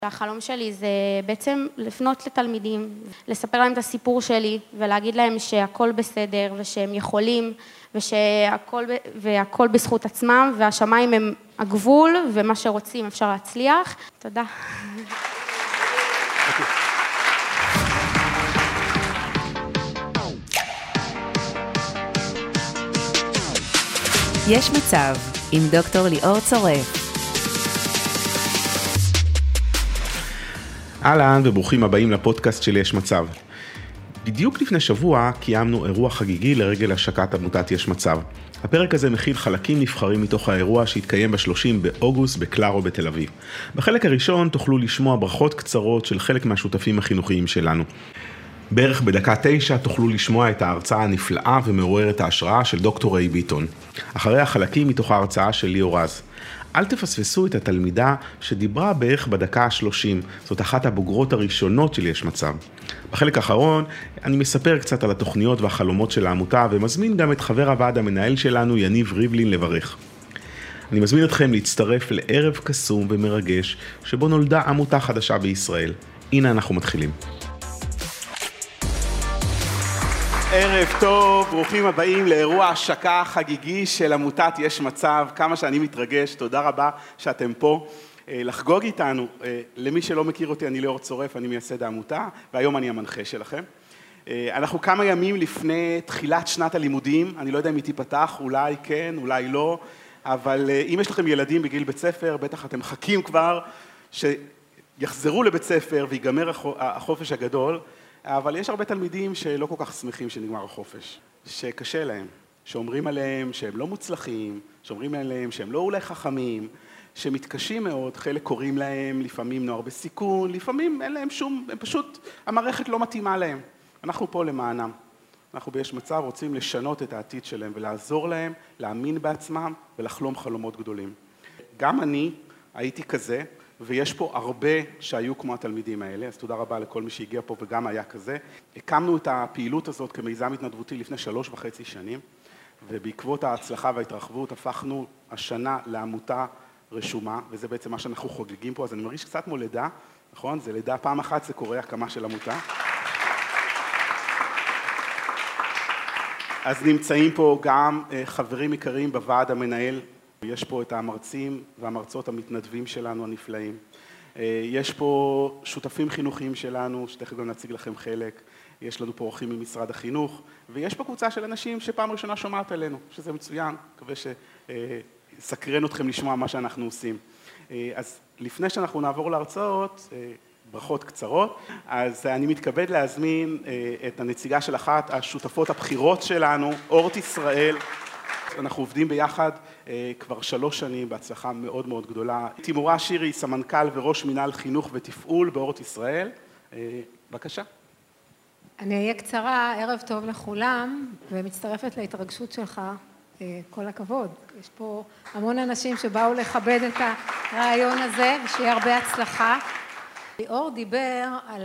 החלום שלי זה בעצם לפנות לתלמידים, לספר להם את הסיפור שלי ולהגיד להם שהכל בסדר ושהם יכולים והכל בזכות עצמם והשמיים הם הגבול ומה שרוצים אפשר להצליח. תודה. יש מצב עם דוקטור ליאור צורף. אהלן וברוכים הבאים לפודקאסט של יש מצב. בדיוק לפני שבוע קיימנו אירוע חגיגי לרגל השקת עמותת יש מצב. הפרק הזה מכיל חלקים נבחרים מתוך האירוע שהתקיים ב-30 באוגוסט בקלארו בתל אביב. בחלק הראשון תוכלו לשמוע ברכות קצרות של חלק מהשותפים החינוכיים שלנו. בערך בדקה 9 תוכלו לשמוע את ההרצאה הנפלאה ומעוררת ההשראה של דוקטור ריי ביטון. אחרי החלקים מתוך ההרצאה של ליאור רז. אל תפספסו את התלמידה שדיברה בערך בדקה ה-30, זאת אחת הבוגרות הראשונות של יש מצב. בחלק האחרון אני מספר קצת על התוכניות והחלומות של העמותה ומזמין גם את חבר הוועד המנהל שלנו יניב ריבלין לברך. אני מזמין אתכם להצטרף לערב קסום ומרגש שבו נולדה עמותה חדשה בישראל. הנה אנחנו מתחילים. ערב טוב, ברוכים הבאים לאירוע השקה חגיגי של עמותת יש מצב. כמה שאני מתרגש, תודה רבה שאתם פה לחגוג איתנו. למי שלא מכיר אותי, אני ליאור צורף, אני מייסד העמותה, והיום אני המנחה שלכם. אנחנו כמה ימים לפני תחילת שנת הלימודים, אני לא יודע אם היא תיפתח, אולי כן, אולי לא, אבל אם יש לכם ילדים בגיל בית ספר, בטח אתם מחכים כבר שיחזרו לבית ספר ויגמר החופש הגדול, אבל יש הרבה תלמידים שלא כל כך שמחים שנגמר החופש, שקשה להם, שאומרים עליהם שהם לא מוצלחים, שאומרים עליהם שהם לא אולי חכמים, שמתקשים מאוד, חלק קוראים להם לפעמים נוער בסיכון, לפעמים אין להם שום, הם פשוט, המערכת לא מתאימה להם. אנחנו פה למענם. אנחנו ביש מצב רוצים לשנות את העתיד שלהם ולעזור להם, להאמין בעצמם ולחלום חלומות גדולים. גם אני הייתי כזה, ויש פה הרבה שהיו כמו התלמידים האלה, אז תודה רבה לכל מי שהגיע פה וגם היה כזה. הקמנו את הפעילות הזאת כמיזם התנדבותי לפני 3.5 שנים, ובעקבות ההצלחה וההתרחבות הפכנו השנה לעמותה רשומה, וזה בעצם מה שאנחנו חוגגים פה, אז אני מרגיש קצת כמו לידה, נכון? זה לידה, פעם אחת זה קורה הקמה של עמותה. אז נמצאים פה גם חברים עיקריים בוועד המנהל, יש פה את המרצים והמרצות המתנדבים שלנו הנפלאים. יש פה שותפים חינוכיים שלנו, שתכף גם נציג לכם חלק. יש לנו פה אורחים ממשרד החינוך, ויש פה קבוצה של אנשים שפעם ראשונה שומעת עלינו, שזה מצוין, מקווה שסקרן אתכם לשמוע מה שאנחנו עושים. אז לפני שאנחנו נעבור להרצאות, ברכות קצרות, אז אני מתכבד להזמין את הנציגה של אחת השותפות הבכירות שלנו, אורט ישראל. אנחנו עובדים ביחד כבר 3 שנים בהצלחה מאוד מאוד גדולה. תימורה שירי, סמנכ"ל וראש מנהל חינוך ותפעול באורט ישראל. בבקשה. אני אהיה קצרה, ערב טוב לכולם, ומצטרפת להתרגשות שלך, כל הכבוד. יש פה המון אנשים שבאו לכבד את הרעיון הזה, ושיהיה הרבה הצלחה. ליאור דיבר על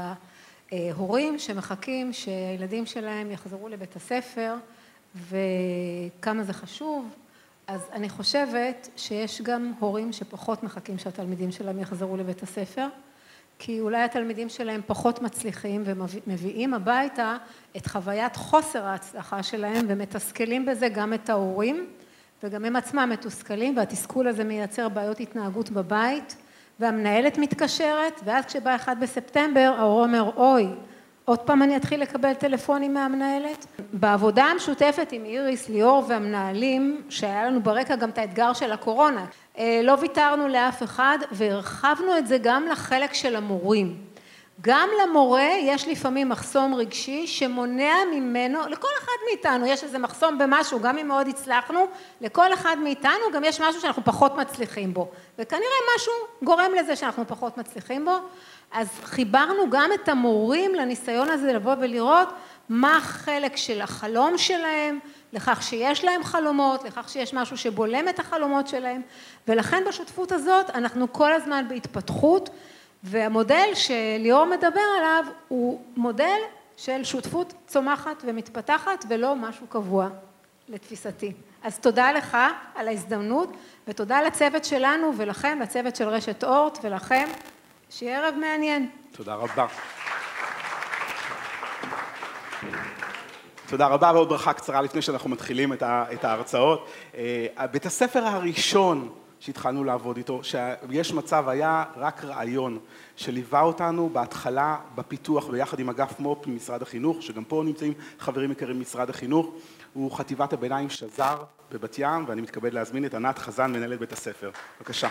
ההורים שמחכים שהילדים שלהם יחזרו לבית הספר, וכמה זה חשוב. אז אני חושבת שיש גם הורים שפחות מחכים שהתלמידים שלהם יחזרו לבית הספר, כי אולי התלמידים שלהם פחות מצליחים ומביאים הביתה את חוויית חוסר ההצלחה שלהם ומתסכלים בזה גם את ההורים, וגם הם עצמם מתוסכלים, והתסכול הזה מייצר בעיות התנהגות בבית, והמנהלת מתקשרת, ואז כשבא 1 בספטמבר, ההורה אומר, אוי, עוד פעם אני אתחיל לקבל טלפונים מהמנהלת. בעבודה המשותפת עם איריס, ליאור והמנהלים, שהיה לנו ברקע גם את האתגר של הקורונה, לא ויתרנו לאף אחד, והרחבנו את זה גם לחלק של המורים. גם למורה יש לפעמים מחסום רגשי שמונע ממנו, לכל אחד מאיתנו יש איזה מחסום במשהו, גם אם מאוד הצלחנו, לכל אחד מאיתנו גם יש משהו שאנחנו פחות מצליחים בו. וכנראה משהו גורם לזה שאנחנו פחות מצליחים בו. אז חיברנו גם את המורים לניסיון הזה לבוא ולראות מה החלק של החלום שלהם, לכך שיש להם חלומות, לכך שיש משהו שבולם את החלומות שלהם, ולכן בשותפות הזאת אנחנו כל הזמן בהתפתחות, והמודל שליאור מדבר עליו הוא מודל של שותפות צומחת ומתפתחת ולא משהו קבוע לתפיסתי. אז תודה לך על ההזדמנות ותודה לצוות שלנו ולכם, לצוות של רשת אורט ולכם שיהיה ערב מעניין. תודה רבה. תודה רבה, ועוד ברכה קצרה לפני שאנחנו מתחילים את ההרצאות. בית הספר הראשון שהתחלנו לעבוד איתו, שיש מצב, היה רק רעיון שליווה אותנו בהתחלה בפיתוח ביחד עם אגף מו"פ ממשרד החינוך, שגם פה נמצאים חברים יקרים ממשרד החינוך, הוא חטיבת הביניים שזר בבת ים, ואני מתכבד להזמין את ענת חזן, מנהלת בית הספר. בבקשה.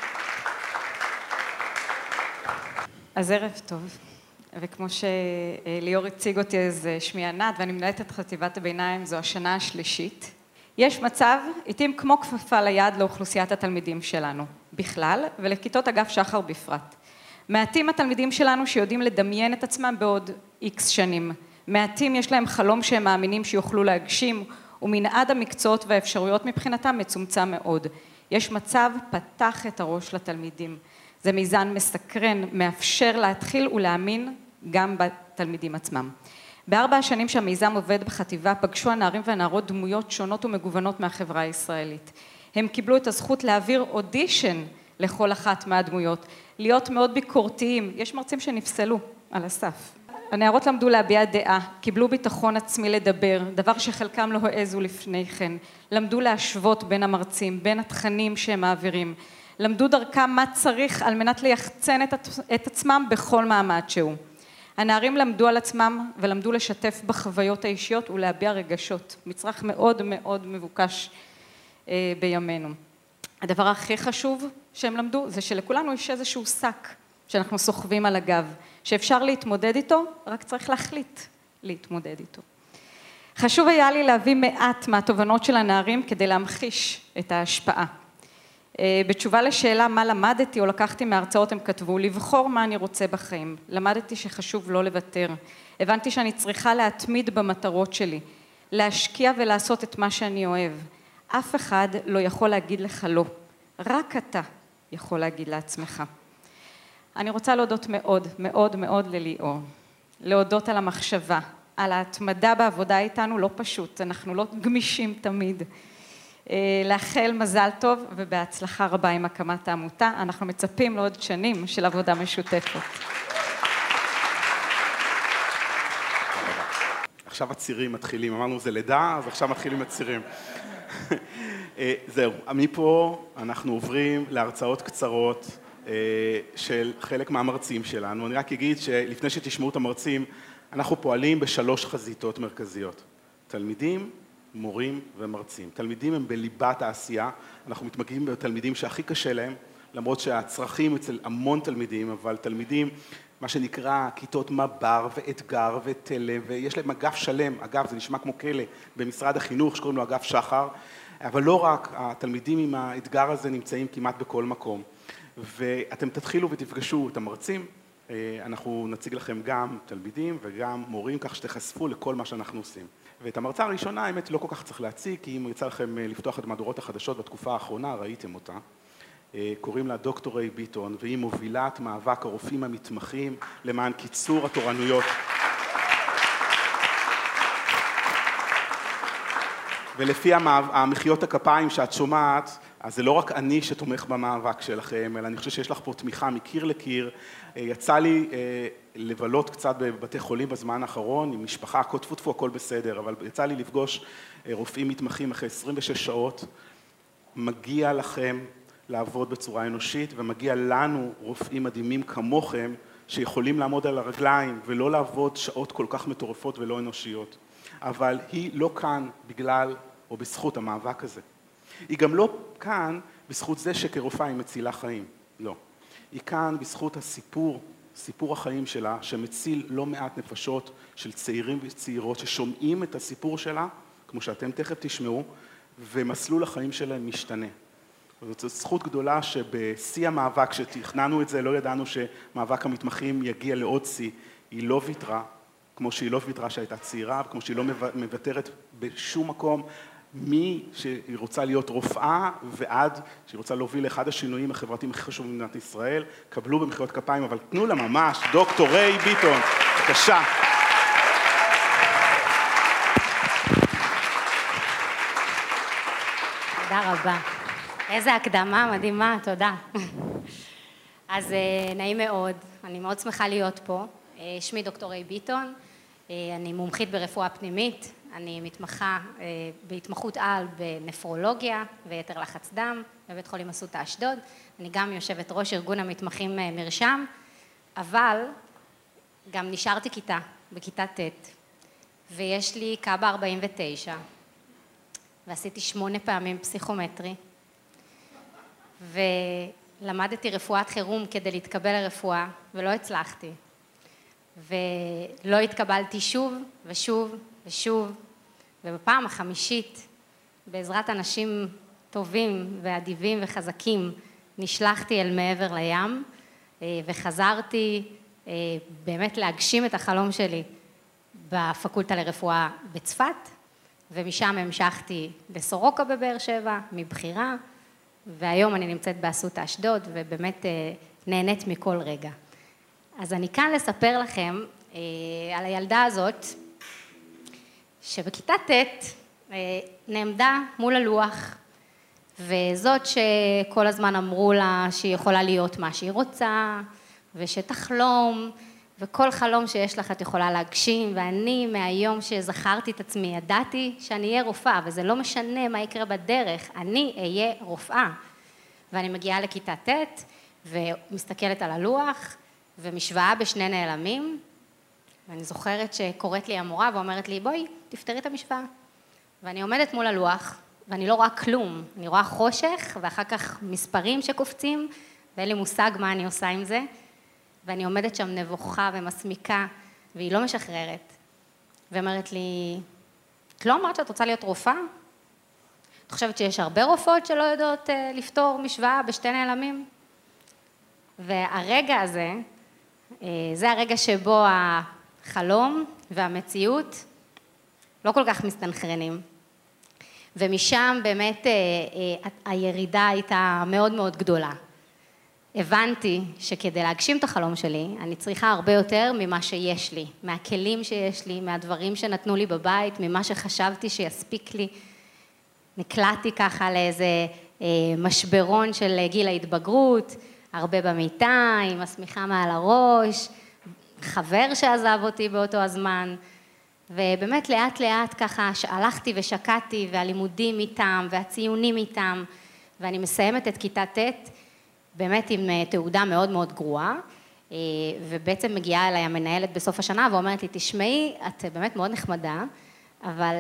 אז ערב טוב, וכמו שליאור הציג אותי, אז שמי ענת, ואני מנהלת את חטיבת הביניים, זו השנה השלישית. יש מצב, עיתים כמו כפפה ליד לאוכלוסיית התלמידים שלנו, בכלל, ולכיתות אגף שחר בפרט. מעטים התלמידים שלנו שיודעים לדמיין את עצמם בעוד X שנים. מעטים יש להם חלום שהם מאמינים שיוכלו להגשים, ומנעד המקצועות והאפשרויות מבחינתם מצומצם מאוד. יש מצב פתח את הראש לתלמידים. זה מיזם מסקרן, מאפשר להתחיל ולהאמין גם בתלמידים עצמם. ב4 השנים שהמיזם עובד בחטיבה, פגשו הנערים והנערות דמויות שונות ומגוונות מהחברה הישראלית. הם קיבלו את הזכות להעביר אודישן לכל אחת מהדמויות, להיות מאוד ביקורתיים. יש מרצים שנפסלו על הסף. הנערות למדו להביע דעה, קיבלו ביטחון עצמי לדבר, דבר שחלקם לא העזו לפני כן. למדו להשוות בין המרצים, בין התכנים שהם מעבירים. למדו דרכם מה צריך על מנת ליחצן את עצמם בכל מעמד שהוא. הנערים למדו על עצמם ולמדו לשתף בחוויות האישיות ולהביע רגשות. מצרך מאוד מאוד מבוקש בימינו. הדבר הכי חשוב שהם למדו זה שלכולנו יש איזשהו שק שאנחנו סוחבים על הגב, שאפשר להתמודד איתו, רק צריך להחליט להתמודד איתו. חשוב היה לי להביא מעט מהתובנות של הנערים כדי להמחיש את ההשפעה. בתשובה לשאלה מה למדתי או לקחתי מההרצאות, הם כתבו, לבחור מה אני רוצה בחיים. למדתי שחשוב לא לוותר. הבנתי שאני צריכה להתמיד במטרות שלי, להשקיע ולעשות את מה שאני אוהב. אף אחד לא יכול להגיד לך לא, רק אתה יכול להגיד לעצמך. אני רוצה להודות מאוד מאוד מאוד לליאור, להודות על המחשבה, על ההתמדה בעבודה איתנו, לא פשוט, אנחנו לא גמישים תמיד. לאחל מזל טוב ובהצלחה רבה עם הקמת העמותה. אנחנו מצפים לעוד שנים של עבודה משותפת. עכשיו הצירים מתחילים, אמרנו זה לידה, אז עכשיו מתחילים הצירים. זהו, מפה אנחנו עוברים להרצאות קצרות של חלק מהמרצים שלנו. אני רק אגיד שלפני שתשמעו את המרצים, אנחנו פועלים בשלוש חזיתות מרכזיות. תלמידים, מורים ומרצים. תלמידים הם בליבת העשייה, אנחנו מתמקדים בתלמידים שהכי קשה להם, למרות שהצרכים אצל המון תלמידים, אבל תלמידים, מה שנקרא כיתות מב"ר ואתגר ותלם, ויש להם אגף שלם, אגב זה נשמע כמו כלא במשרד החינוך שקוראים לו אגף שחר, אבל לא רק, התלמידים עם האתגר הזה נמצאים כמעט בכל מקום. ואתם תתחילו ותפגשו את המרצים, אנחנו נציג לכם גם תלמידים וגם מורים, כך שתחשפו לכל מה שאנחנו עושים. ואת המרצה הראשונה, האמת, לא כל כך צריך להציג, כי אם יצא לכם לפתוח את מהדורות החדשות בתקופה האחרונה, ראיתם אותה. קוראים לה דוקטור ריי ביטון, והיא מובילת מאבק הרופאים המתמחים למען קיצור התורנויות. ולפי המחיאות הכפיים שאת שומעת, אז זה לא רק אני שתומך במאבק שלכם, אלא אני חושב שיש לך פה תמיכה מקיר לקיר. יצא לי לבלות קצת בבתי חולים בזמן האחרון, עם משפחה, טפו הכל בסדר, אבל יצא לי לפגוש רופאים מתמחים אחרי 26 שעות. מגיע לכם לעבוד בצורה אנושית, ומגיע לנו רופאים מדהימים כמוכם, שיכולים לעמוד על הרגליים ולא לעבוד שעות כל כך מטורפות ולא אנושיות. אבל היא לא כאן בגלל או בזכות המאבק הזה. היא גם לא כאן בזכות זה שכרופאה היא מצילה חיים, לא. היא כאן בזכות סיפור החיים שלה, שמציל לא מעט נפשות של צעירים וצעירות ששומעים את הסיפור שלה, כמו שאתם תכף תשמעו, ומסלול החיים שלהם משתנה. זאת זכות גדולה שבשיא המאבק, שתכננו את זה, לא ידענו שמאבק המתמחים יגיע לעוד שיא. היא לא ויתרה, כמו שהיא לא ויתרה שהייתה צעירה, וכמו שהיא לא מוותרת בשום מקום, מי שהיא רוצה להיות רופאה ועד שהיא רוצה להוביל לאחד השינויים החברתיים הכי חשובים במדינת ישראל. קבלו במחיאות כפיים, אבל תנו לה ממש, דוקטור ריי ביטון. בבקשה. תודה רבה. איזה הקדמה מדהימה, תודה. אז נעים מאוד, אני מאוד שמחה להיות פה. שמי דוקטור ריי ביטון, אני מומחית ברפואה פנימית, אני מתמחה בהתמחות על בנפרולוגיה ויתר לחץ דם בבית חולים אסותא אשדוד. אני גם יושבת ראש ארגון המתמחים מרשם, אבל גם נשארתי כיתה, בכיתה ט', ויש לי קאבה 49, ועשיתי 8 פעמים פסיכומטרי, ולמדתי רפואת חירום כדי להתקבל לרפואה, ולא הצלחתי. ולא התקבלתי שוב ושוב ושוב, ובפעם החמישית, בעזרת אנשים טובים ואדיבים וחזקים, נשלחתי אל מעבר לים, וחזרתי באמת להגשים את החלום שלי בפקולטה לרפואה בצפת, ומשם המשכתי לסורוקה בבאר שבע, מבחירה, והיום אני נמצאת באסותא אשדוד, ובאמת נהנית מכל רגע. אז אני כאן לספר לכם על הילדה הזאת, שבכיתה ט' נעמדה מול הלוח, וזאת שכל הזמן אמרו לה שהיא יכולה להיות מה שהיא רוצה, ושתחלום, וכל חלום שיש לך את יכולה להגשים, ואני מהיום שזכרתי את עצמי, ידעתי שאני אהיה רופאה, וזה לא משנה מה יקרה בדרך, אני אהיה רופאה. ואני מגיעה לכיתה ט' ומסתכלת על הלוח, ומשוואה בשני נעלמים, ואני זוכרת שקוראת לי המורה ואומרת לי, בואי, תפתרי את המשוואה. ואני עומדת מול הלוח, ואני לא רואה כלום, אני רואה חושך, ואחר כך מספרים שקופצים, ואין לי מושג מה אני עושה עם זה, ואני עומדת שם נבוכה ומסמיקה, והיא לא משחררת. ואומרת לי, את לא אמרת שאת רוצה להיות רופאה? את חושבת שיש הרבה רופאות שלא יודעות לפתור משוואה בשתי נעלמים? והרגע הזה, זה הרגע שבו החלום והמציאות לא כל כך מסתנכרנים. ומשם באמת הירידה הייתה מאוד מאוד גדולה. הבנתי שכדי להגשים את החלום שלי, אני צריכה הרבה יותר ממה שיש לי, מהכלים שיש לי, מהדברים שנתנו לי בבית, ממה שחשבתי שיספיק לי. נקלעתי ככה לאיזה משברון של גיל ההתבגרות, הרבה במיטה, עם השמיכה מעל הראש, חבר שעזב אותי באותו הזמן, ובאמת לאט לאט ככה הלכתי ושקעתי, והלימודים איתם, והציונים איתם, ואני מסיימת את כיתה ט' באמת עם תעודה מאוד מאוד גרועה, ובעצם מגיעה אליי המנהלת בסוף השנה ואומרת לי, תשמעי, את באמת מאוד נחמדה, אבל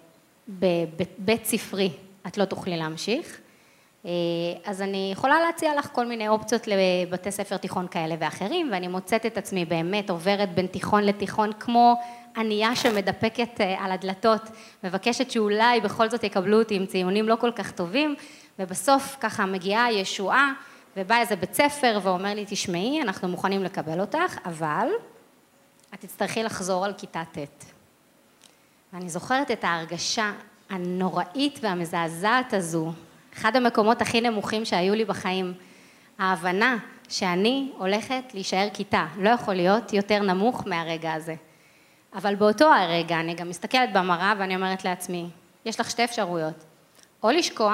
בבית ספרי את לא תוכלי להמשיך, אז אני יכולה להציע לך כל מיני אופציות לבתי ספר תיכון כאלה ואחרים, ואני מוצאת את עצמי באמת עוברת בין תיכון לתיכון כמו ענייה שמדפקת על הדלתות, מבקשת שאולי בכל זאת יקבלו אותי עם ציונים לא כל כך טובים, ובסוף ככה מגיעה ישועה, ובא איזה בית ספר ואומר לי, תשמעי, אנחנו מוכנים לקבל אותך, אבל את תצטרכי לחזור על כיתה ט'. ואני זוכרת את ההרגשה הנוראית והמזעזעת הזו, אחד המקומות הכי נמוכים שהיו לי בחיים, ההבנה שאני הולכת להישאר כיתה, לא יכול להיות יותר נמוך מהרגע הזה. אבל באותו הרגע אני גם מסתכלת במראה ואני אומרת לעצמי, יש לך שתי אפשרויות, או לשקוע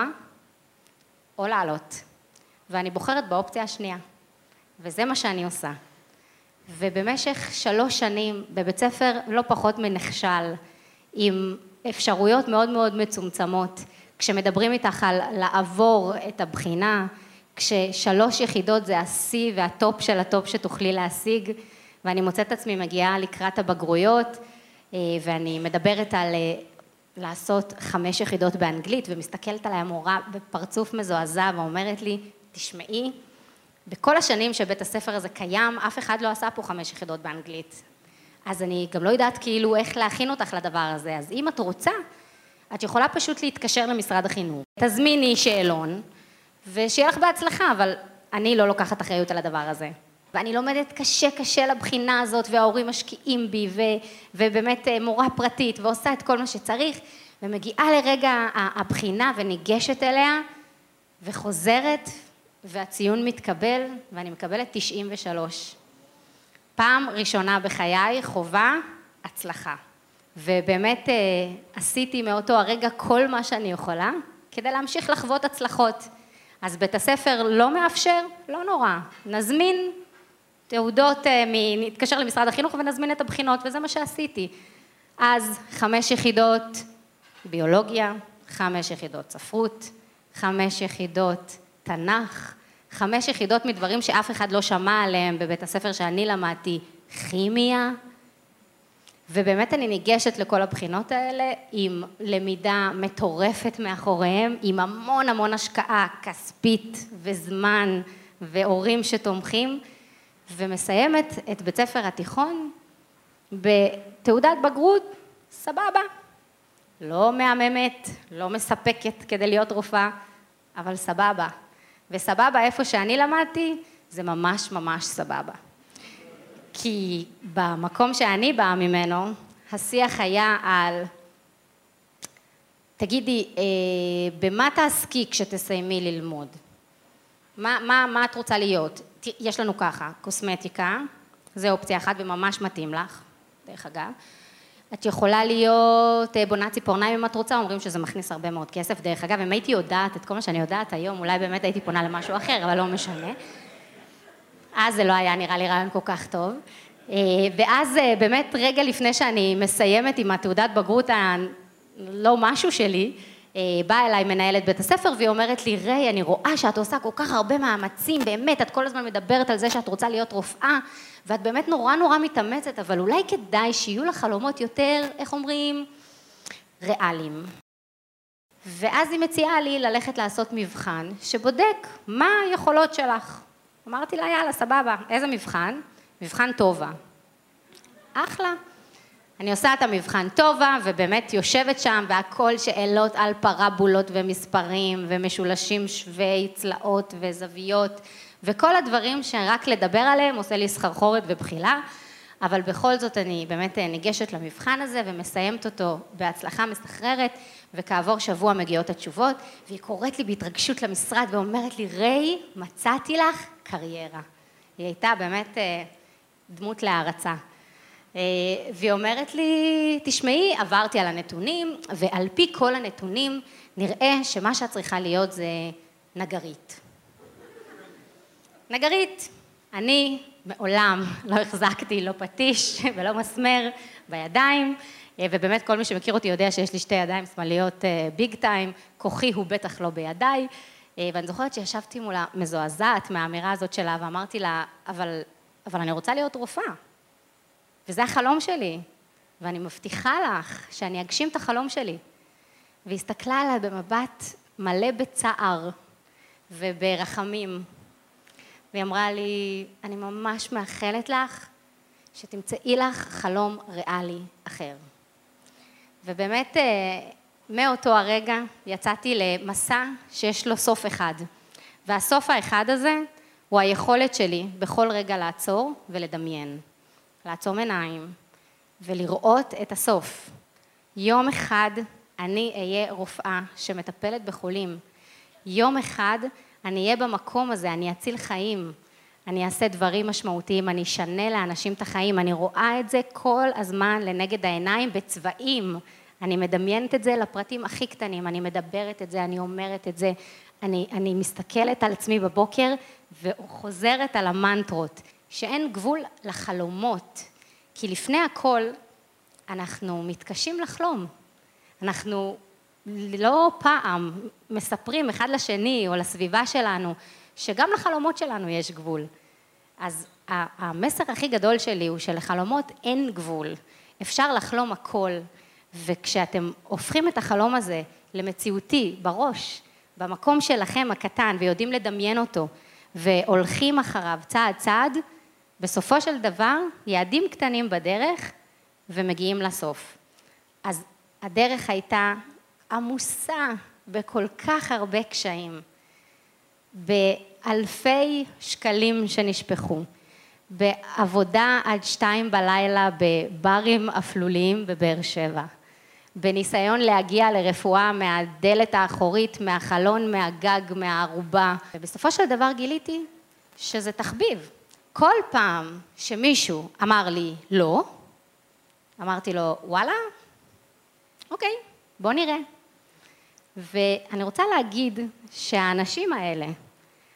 או לעלות. ואני בוחרת באופציה השנייה, וזה מה שאני עושה. ובמשך 3 שנים בבית ספר לא פחות מנכשל, עם אפשרויות מאוד מאוד מצומצמות, כשמדברים איתך על לעבור את הבחינה, כש3 יחידות זה השיא והטופ של הטופ שתוכלי להשיג, ואני מוצאת עצמי מגיעה לקראת הבגרויות, ואני מדברת על לעשות 5 יחידות באנגלית, ומסתכלת עליי המורה בפרצוף מזועזע, ואומרת לי, תשמעי, בכל השנים שבית הספר הזה קיים, אף אחד לא עשה פה 5 יחידות באנגלית. אז אני גם לא יודעת כאילו איך להכין אותך לדבר הזה, אז אם את רוצה, את יכולה פשוט להתקשר למשרד החינוך. תזמיני שאלון, ושיהיה לך בהצלחה, אבל אני לא לוקחת אחריות על הדבר הזה. ואני לומדת קשה לבחינה הזאת, וההורים משקיעים בי, ובאמת מורה פרטית, ועושה את כל מה שצריך, ומגיעה לרגע הבחינה וניגשת אליה, וחוזרת, והציון מתקבל, ואני מקבלת 93. פעם ראשונה בחיי חובה, הצלחה. ובאמת עשיתי מאותו הרגע כל מה שאני יכולה, כדי להמשיך לחוות הצלחות. אז בית הספר לא מאפשר, לא נורא, נזמין תעודות, נתקשר למשרד החינוך ונזמין את הבחינות, וזה מה שעשיתי. אז 5 יחידות ביולוגיה, 5 יחידות ספרות, 5 יחידות תנ"ך, 5 יחידות מדברים שאף אחד לא שמע עליהם בבית הספר שאני למדתי, כימיה, ובאמת אני ניגשת לכל הבחינות האלה עם למידה מטורפת מאחוריהם, עם המון המון השקעה כספית וזמן והורים שתומכים, ומסיימת את בית ספר התיכון בתעודת בגרות, סבבה. לא מהממת, לא מספקת כדי להיות רופאה, אבל סבבה. וסבבה איפה שאני למדתי, זה ממש ממש סבבה. כי במקום שאני באה ממנו, השיח היה על, תגידי, במה תעסקי כשתסיימי ללמוד? מה את רוצה להיות? יש לנו ככה, קוסמטיקה, זה אופציה אחת וממש מתאים לך, דרך אגב. את יכולה להיות בונה ציפורניים אם את רוצה, אומרים שזה מכניס הרבה מאוד כסף. דרך אגב, אם הייתי יודעת את כל מה שאני יודעת היום, אולי באמת הייתי פונה למשהו אחר, אבל לא משנה. אז זה לא היה נראה לי רעיון כל כך טוב. ואז באמת רגע לפני שאני מסיימת עם התעודת בגרות הלא משהו שלי, באה אליי מנהלת בית הספר והיא אומרת לי, ריי, אני רואה שאת עושה כל כך הרבה מאמצים, באמת, את כל הזמן מדברת על זה שאת רוצה להיות רופאה, ואת באמת נורא נורא מתאמצת, אבל אולי כדאי שיהיו לך חלומות יותר, איך אומרים, ריאליים. ואז היא מציעה לי ללכת לעשות מבחן שבודק מה היכולות שלך. אמרתי לה, יאללה, סבבה, איזה מבחן? מבחן טובה. אחלה. אני עושה את המבחן טובה, ובאמת יושבת שם, והכל שאלות על פרבולות ומספרים, ומשולשים שווי צלעות וזוויות, וכל הדברים שרק לדבר עליהם עושה לי סחרחורת ובחילה, אבל בכל זאת אני באמת ניגשת למבחן הזה, ומסיימת אותו בהצלחה מסחררת, וכעבור שבוע מגיעות התשובות, והיא קוראת לי בהתרגשות למשרד, ואומרת לי, ריי, מצאתי לך קריירה. היא הייתה באמת דמות להערצה. והיא אומרת לי, תשמעי, עברתי על הנתונים, ועל פי כל הנתונים נראה שמה שאת צריכה להיות זה נגרית. נגרית, אני מעולם לא החזקתי לא פטיש ולא מסמר בידיים, ובאמת כל מי שמכיר אותי יודע שיש לי 2 ידיים שמאליות ביג טיים, כוחי הוא בטח לא בידיי, ואני זוכרת שישבתי מולה מזועזעת מהאמירה הזאת שלה, ואמרתי לה, אבל אני רוצה להיות רופאה. וזה החלום שלי, ואני מבטיחה לך שאני אגשים את החלום שלי. והיא הסתכלה עליי במבט מלא בצער וברחמים. והיא אמרה לי, אני ממש מאחלת לך שתמצאי לך חלום ריאלי אחר. ובאמת, מאותו הרגע יצאתי למסע שיש לו סוף אחד. והסוף האחד הזה הוא היכולת שלי בכל רגע לעצור ולדמיין. לעצום עיניים ולראות את הסוף. יום אחד אני אהיה רופאה שמטפלת בחולים. יום אחד אני אהיה במקום הזה, אני אציל חיים, אני אעשה דברים משמעותיים, אני אשנה לאנשים את החיים, אני רואה את זה כל הזמן לנגד העיניים בצבעים, אני מדמיינת את זה לפרטים הכי קטנים, אני מדברת את זה, אני אומרת את זה, אני מסתכלת על עצמי בבוקר וחוזרת על המנטרות. שאין גבול לחלומות, כי לפני הכל אנחנו מתקשים לחלום. אנחנו לא פעם מספרים אחד לשני או לסביבה שלנו, שגם לחלומות שלנו יש גבול. אז המסר הכי גדול שלי הוא שלחלומות אין גבול. אפשר לחלום הכל, וכשאתם הופכים את החלום הזה למציאותי, בראש, במקום שלכם הקטן, ויודעים לדמיין אותו, והולכים אחריו צעד צעד, בסופו של דבר, יעדים קטנים בדרך ומגיעים לסוף. אז הדרך הייתה עמוסה בכל כך הרבה קשיים, באלפי שקלים שנשפכו, בעבודה עד 2 בלילה בברים אפלוליים בבאר שבע, בניסיון להגיע לרפואה מהדלת האחורית, מהחלון, מהגג, מהערובה, ובסופו של דבר גיליתי שזה תחביב. כל פעם שמישהו אמר לי לא, אמרתי לו, וואלה, אוקיי, בוא נראה. ואני רוצה להגיד שהאנשים האלה,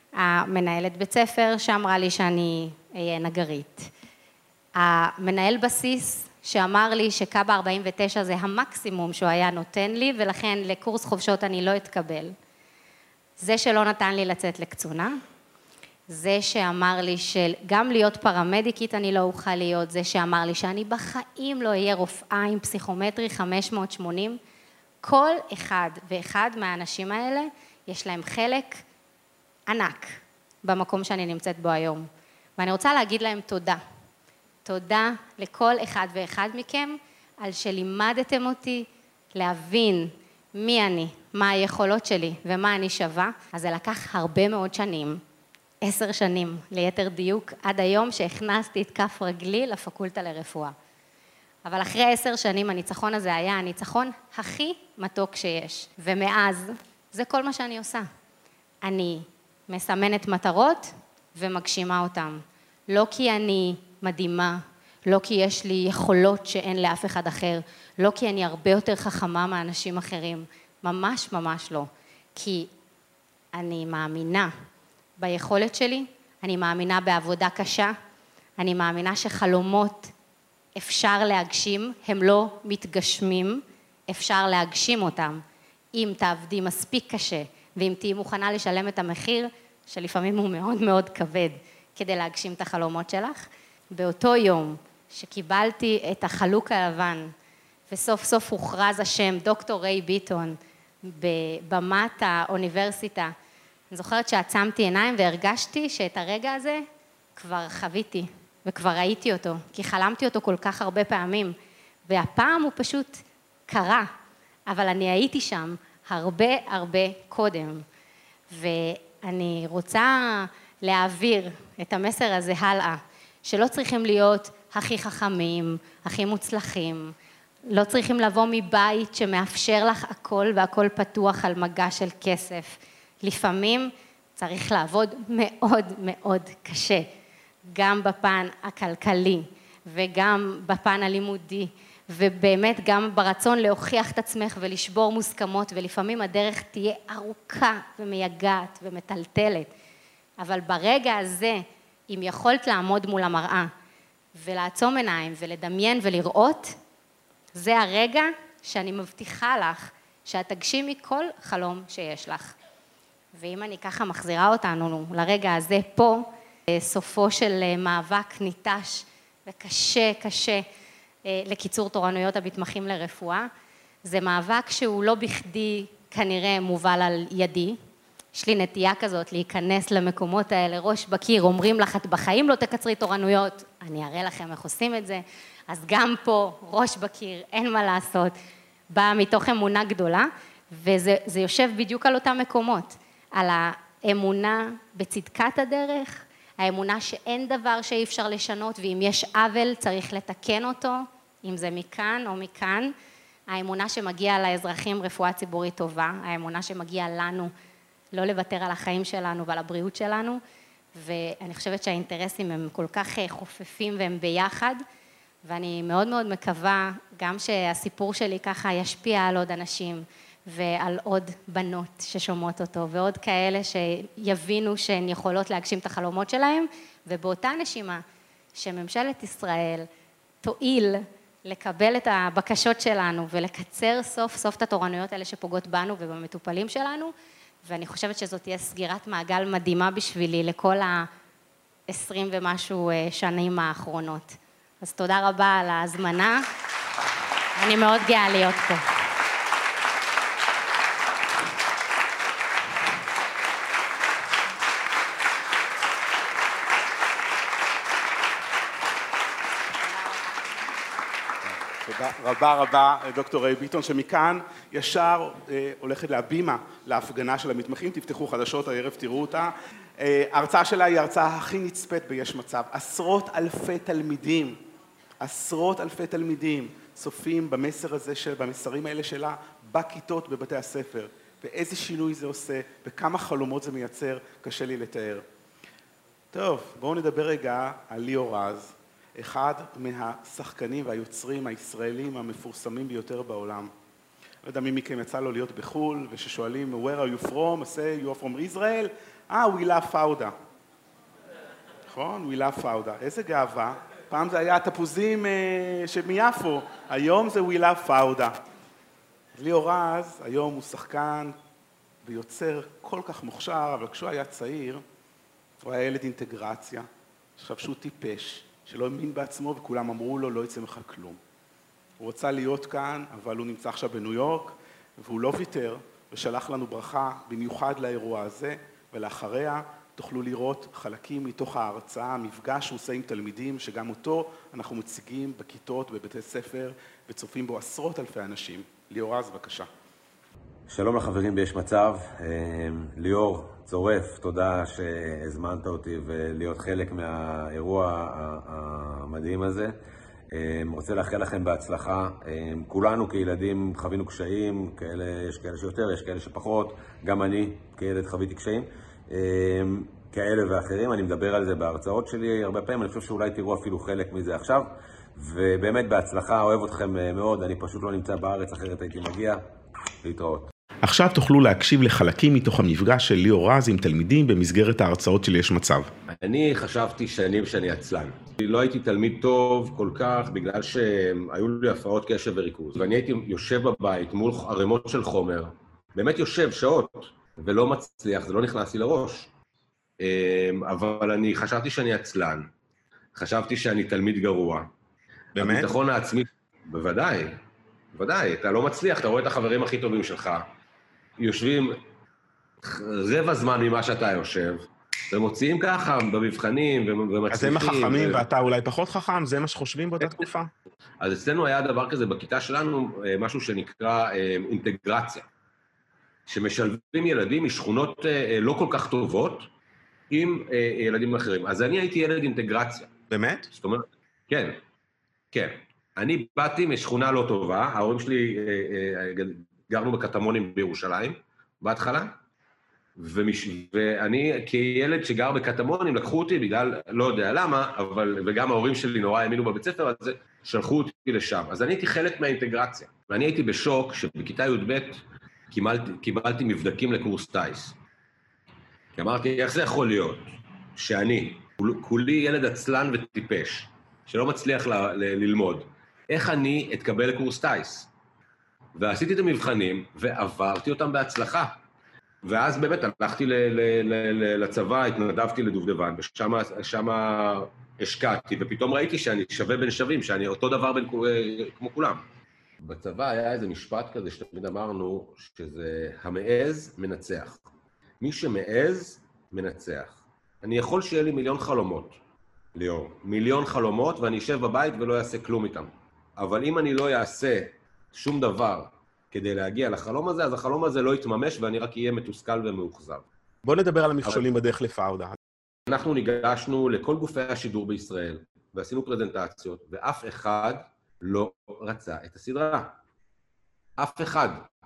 המנהלת בית ספר שאמרה לי שאני אהיה נגרית. המנהל בסיס שאמר לי שקב"א 49 זה המקסימום שהוא היה נותן לי, ולכן לקורס חופשות אני לא אתקבל. זה שלא נתן לי לצאת לקצונה, זה שאמר לי שגם להיות פרמדיקית אני לא אוכל להיות, זה שאמר לי שאני בחיים לא אהיה רופאה עם פסיכומטרי 580, כל אחד ואחד מהאנשים האלה יש להם חלק ענק במקום שאני נמצאת בו היום. ואני רוצה להגיד להם תודה. תודה לכל אחד ואחד מכם על שלימדתם אותי להבין מי אני, מה היכולות שלי ומה אני שווה. אז זה לקח הרבה מאוד שנים, 10 שנים ליתר דיוק, עד היום שהכנסתי את כף רגלי לפקולטה לרפואה. אבל אחרי 10 שנים הניצחון הזה היה הניצחון הכי מתוק שיש. ומאז זה כל מה שאני עושה. אני מסמנת מטרות ומגשימה אותם. לא כי אני מדהימה, לא כי יש לי יכולות שאין לאף אחד אחר, לא כי אני הרבה יותר חכמה מאנשים אחרים, ממש ממש לא. כי אני מאמינה ביכולת שלי, אני מאמינה בעבודה קשה, אני מאמינה שחלומות אפשר להגשים, הם לא מתגשמים, אפשר להגשים אותם, אם תעבדי מספיק קשה, ואם תהיי מוכנה לשלם את המחיר, שלפעמים הוא מאוד מאוד כבד, כדי להגשים את החלומות שלך. באותו יום שקיבלתי את החלוק הלבן, וסוף סוף הוכרז השם דוקטור ריי ביטון, בבמת האוניברסיטה, אני זוכרת שעצמתי עיניים והרגשתי שאת הרגע הזה כבר חוויתי, וכבר ראיתי אותו, כי חלמתי אותו כל כך הרבה פעמים, והפעם הוא פשוט קרה, אבל אני הייתי שם הרבה קודם, ואני רוצה להעביר את המסר הזה הלאה, שלא צריכים להיות הכי חכמים, הכי מוצלחים, לא צריכים לבוא מבית שמאפשר לך הכל והכל פתוח על מגע של כסף. לפעמים צריך לעבוד מאוד מאוד קשה, גם בפן הכלכלי וגם בפן הלימודי, ובאמת גם ברצון להוכיח את עצמך ולשבור מוסכמות, ולפעמים הדרך תהיה ארוכה ומייגעת ומטלטלת. אבל ברגע הזה, אם יכולת לעמוד מול המראה ולעצום עיניים ולדמיין ולראות, זה הרגע שאני מבטיחה לך שאת תגשימי כל חלום שיש לך. ואם אני ככה מחזירה אותנו לרגע הזה פה, סופו של מאבק ניטש וקשה לקיצור תורנויות המתמחים לרפואה, זה מאבק שהוא לא בכדי כנראה מובל על ידי. יש לי נטייה כזאת להיכנס למקומות האלה, ראש בקיר, אומרים לך, את בחיים לא תקצרי תורנויות, אני אראה לכם איך עושים את זה, אז גם פה, ראש בקיר, אין מה לעשות, באה מתוך אמונה גדולה, וזה יושב בדיוק על אותם מקומות, על האמונה בצדקת הדרך, האמונה שאין דבר שאי אפשר לשנות, ואם יש עוול צריך לתקן אותו, אם זה מכאן או מכאן, האמונה שמגיעה לאזרחים רפואה ציבורית טובה, האמונה שמגיעה לנו לא לוותר על החיים שלנו ועל הבריאות שלנו, ואני חושבת שהאינטרסים הם כל כך חופפים והם ביחד, ואני מאוד מאוד מקווה גם שהסיפור שלי ככה ישפיע על עוד אנשים, ועל עוד בנות ששומעות אותו, ועוד כאלה שיבינו שהן יכולות להגשים את החלומות שלהם, ובאותה נשימה שממשלת ישראל תועיל לקבל את הבקשות שלנו, ולקצר סוף סוף את התורנויות האלה שפוגעות בנו ובמטופלים שלנו, ואני חושבת שזאת תהיה סגירת מעגל מדהימה בשבילי לכל ה-20 ומשהו שנים האחרונות. אז תודה רבה על ההזמנה, אני מאוד גאה להיות פה. תודה רבה, דוקטור ריי ביטון, שמכאן ישר הולכת להבימה להפגנה של המתמחים, תפתחו חדשות, הערב תראו אותה. ההרצאה שלה היא ההרצאה הכי נצפית ביש מצב. עשרות אלפי תלמידים צופים במסר הזה, במסרים האלה שלה, בכיתות בבתי הספר. ואיזה שינוי זה עושה, וכמה חלומות זה מייצר, קשה לי לתאר. טוב, בואו נדבר רגע על ליאור רז. אחד מהשחקנים והיוצרים הישראלים המפורסמים ביותר בעולם. לא יודע מי מכם יצא לו להיות בחול, וששואלים, where are you from? I say, you are from Israel? We love פאודה. נכון? We love פאודה. איזה גאווה. פעם זה היה התפוזים שמיפו, היום זה We love פאודה. ליאור רז, היום הוא שחקן ויוצר כל כך מוכשר, אבל כשהוא היה צעיר, הוא היה ילד אינטגרציה, שחשב שהוא טיפש, שלא האמין בעצמו וכולם אמרו לו, לא יצא ממך כלום. הוא רוצה להיות כאן, אבל הוא נמצא עכשיו בניו יורק, והוא לא ויתר, ושלח לנו ברכה במיוחד לאירוע הזה, ולאחריה תוכלו לראות חלקים מתוך ההרצאה, המפגש שהוא עושה עם תלמידים, שגם אותו אנחנו מציגים בכיתות, בבתי ספר, וצופים בו עשרות אלפי אנשים. ליאור רז, בבקשה. שלום לחברים ביש מצב, ליאור צורף, תודה שהזמנת אותי ולהיות חלק מהאירוע המדהים הזה. רוצה לאחל לכם בהצלחה. כולנו כילדים חווינו קשיים, יש כאלה שיותר, יש כאלה שפחות, גם אני כילד חוויתי קשיים כאלה ואחרים, אני מדבר על זה בהרצאות שלי הרבה פעמים, אני חושב שאולי תראו אפילו חלק מזה עכשיו, ובאמת בהצלחה, אוהב אתכם מאוד, אני פשוט לא נמצא בארץ, אחרת הייתי מגיע, להתראות. עכשיו תוכלו להקשיב לחלקים מתוך המפגש של ליאור רז עם תלמידים במסגרת ההרצאות של יש מצב. אני חשבתי שנים שאני עצלן. לא הייתי תלמיד טוב כל כך, בגלל שהיו לי הפרעות קשב וריכוז. ואני הייתי יושב בבית מול ערימות של חומר, באמת יושב שעות, ולא מצליח, זה לא נכנס לי לראש. אבל אני חשבתי שאני עצלן. חשבתי שאני תלמיד גרוע. באמת? הביטחון העצמי, בוודאי. בוודאי, אתה לא מצליח, אתה רואה את החברים הכי טובים שלך, יושבים רבע זמן ממה שאתה יושב, ומוציאים ככה במבחנים ומצליחים. אז הם החכמים ואתה אולי פחות חכם, זה מה שחושבים באותה תקופה? אז אצלנו היה דבר כזה בכיתה שלנו, משהו שנקרא אינטגרציה, שמשלבים ילדים משכונות לא כל כך טובות עם ילדים אחרים. אז אני הייתי ילד אינטגרציה. באמת? זאת אומרת, כן, כן. אני באתי משכונה לא טובה, ההורים שלי גרנו בקטמונים בירושלים, בהתחלה, ואני כילד שגר בקטמונים לקחו אותי בגלל, לא יודע למה, וגם ההורים שלי נורא האמינו בבית ספר הזה, שלחו אותי לשם. אז אני הייתי חלק מהאינטגרציה, ואני הייתי בשוק שבכיתה י"ב קיבלתי מבדקים לקורס טייס. כי אמרתי, איך זה יכול להיות שאני, כולי ילד עצלן וטיפש, שלא מצליח ללמוד, איך אני אתקבל לקורס טייס? ועשיתי את המבחנים, ועברתי אותם בהצלחה. ואז באמת הלכתי לצבא, התנדבתי לדובדבן, ושם השקעתי, ופתאום ראיתי שאני שווה בין שווים, שאני אותו דבר כמו כולם. בצבא היה איזה משפט כזה שתמיד אמרנו, שזה המעז מנצח. מי שמעז מנצח. אני יכול שיהיה לי מיליון חלומות, ליאור. מיליון חלומות, ואני אשב בבית ולא אעשה כלום איתם. אבל אם אני לא אעשה שום דבר כדי להגיע לחלום הזה, אז החלום הזה לא יתממש ואני רק אהיה מתוסכל ומאוכזב. בוא נדבר על המכשולים בדרך לפאודה. אנחנו ניגשנו לכל גופי השידור בישראל, ועשינו פרזנטציות, ואף אחד לא רצה את הסדרה. אף אחד.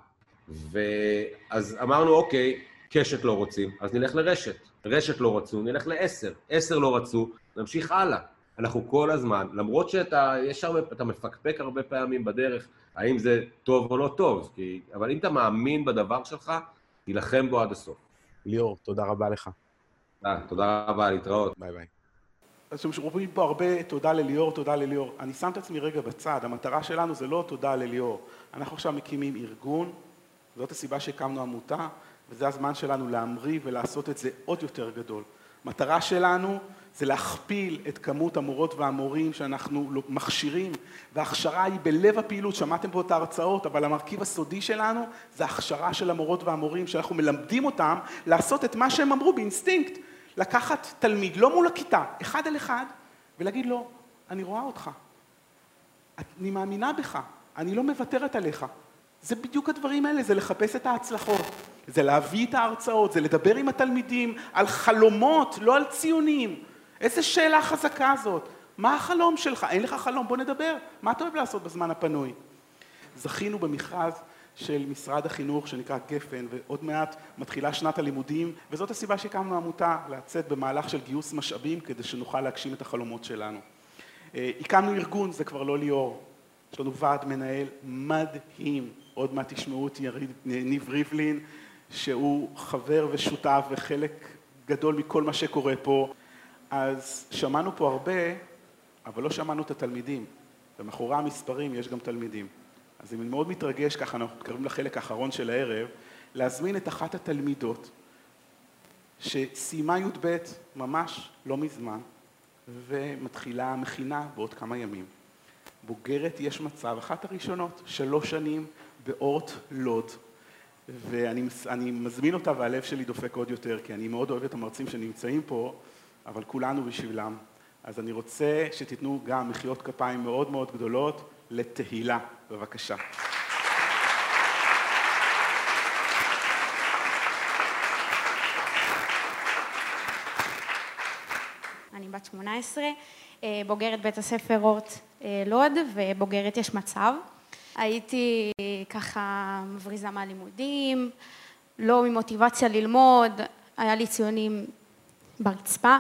ואז אמרנו, אוקיי, קשת לא רוצים, אז נלך לרשת. רשת לא רצו, נלך ל10. 10 לא רצו, נמשיך הלאה. אנחנו כל הזמן, למרות אתה מפקפק הרבה פעמים בדרך, האם זה טוב או לא טוב, אבל אם אתה מאמין בדבר שלך, תילחם בו עד הסוף. ליאור, תודה רבה לך. תודה רבה, להתראות. ביי ביי. אז שומעים פה הרבה תודה לליאור, תודה לליאור. אני שם את עצמי רגע בצד, המטרה שלנו זה לא תודה לליאור. אנחנו עכשיו מקימים ארגון, זאת הסיבה שהקמנו עמותה, וזה הזמן שלנו להמריא ולעשות את זה עוד יותר גדול. מטרה שלנו זה להכפיל את כמות המורות והמורים שאנחנו מכשירים, וההכשרה היא בלב הפעילות, שמעתם פה את ההרצאות, אבל המרכיב הסודי שלנו זה ההכשרה של המורות והמורים, שאנחנו מלמדים אותם לעשות את מה שהם אמרו באינסטינקט, לקחת תלמיד, לא מול הכיתה, אחד על אחד, ולהגיד לו, אני רואה אותך, אני מאמינה בך, אני לא מוותרת עליך. זה בדיוק הדברים האלה, זה לחפש את ההצלחות, זה להביא את ההרצאות, זה לדבר עם התלמידים על חלומות, לא על ציונים. איזה שאלה חזקה זאת. מה החלום שלך? אין לך חלום, בוא נדבר. מה אתה אוהב לעשות בזמן הפנוי? זכינו במכרז של משרד החינוך שנקרא גפן, ועוד מעט מתחילה שנת הלימודים, וזאת הסיבה שהקמנו עמותה לצאת במהלך של גיוס משאבים, כדי שנוכל להגשים את החלומות שלנו. הקמנו ארגון, זה כבר לא ליאור. יש לנו ועד מנהל מדהים. עוד מעט תשמעו אותי ניב ריבלין, שהוא חבר ושותף וחלק גדול מכל מה שקורה פה. אז שמענו פה הרבה, אבל לא שמענו את התלמידים. ומאחורי המספרים יש גם תלמידים. אז אני מאוד מתרגש, ככה אנחנו מתקרבים לחלק האחרון של הערב, להזמין את אחת התלמידות שסיימה י"ב ממש לא מזמן, ומתחילה מכינה בעוד כמה ימים. בוגרת יש מצב, אחת הראשונות, 3 שנים באורט לוד. ואני מזמין אותה והלב שלי דופק עוד יותר, כי אני מאוד אוהב את המרצים שנמצאים פה, אבל כולנו בשבילם. אז אני רוצה שתיתנו גם מחיאות כפיים מאוד מאוד גדולות לתהילה. בבקשה. אני בת 18, בוגרת בית הספר אורט לוד ובוגרת יש מצב. הייתי ככה מבריזה מהלימודים, לא ממוטיבציה ללמוד, היה לי ציונים ברצפה.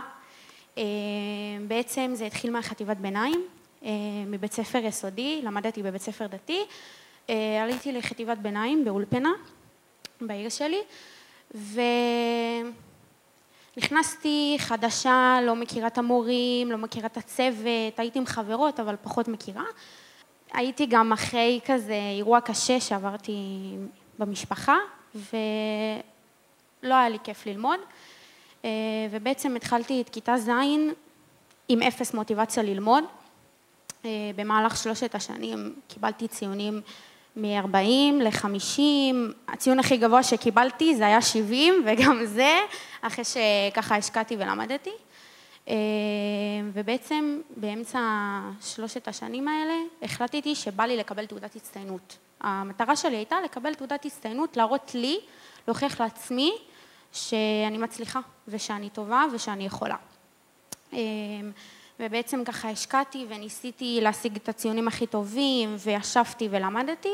בעצם זה התחיל מהחטיבת ביניים, מבית ספר יסודי, למדתי בבית ספר דתי, עליתי לחטיבת ביניים באולפנה, בעיר שלי, ונכנסתי חדשה, לא מכירה את המורים, לא מכירה את הצוות, הייתי עם חברות אבל פחות מכירה. הייתי גם אחרי כזה אירוע קשה שעברתי במשפחה, ולא היה לי כיף ללמוד, ובעצם התחלתי את כיתה ז' עם 0 מוטיבציה ללמוד. במהלך 3 השנים קיבלתי ציונים מ-40 ל-50, הציון הכי גבוה שקיבלתי זה היה 70, וגם זה אחרי שככה השקעתי ולמדתי. ובעצם באמצע 3 השנים האלה החלטתי שבא לי לקבל תעודת הצטיינות. המטרה שלי הייתה לקבל תעודת הצטיינות, להראות לי, להוכיח לעצמי שאני מצליחה ושאני טובה ושאני יכולה. ובעצם ככה השקעתי וניסיתי להשיג את הציונים הכי טובים וישבתי ולמדתי,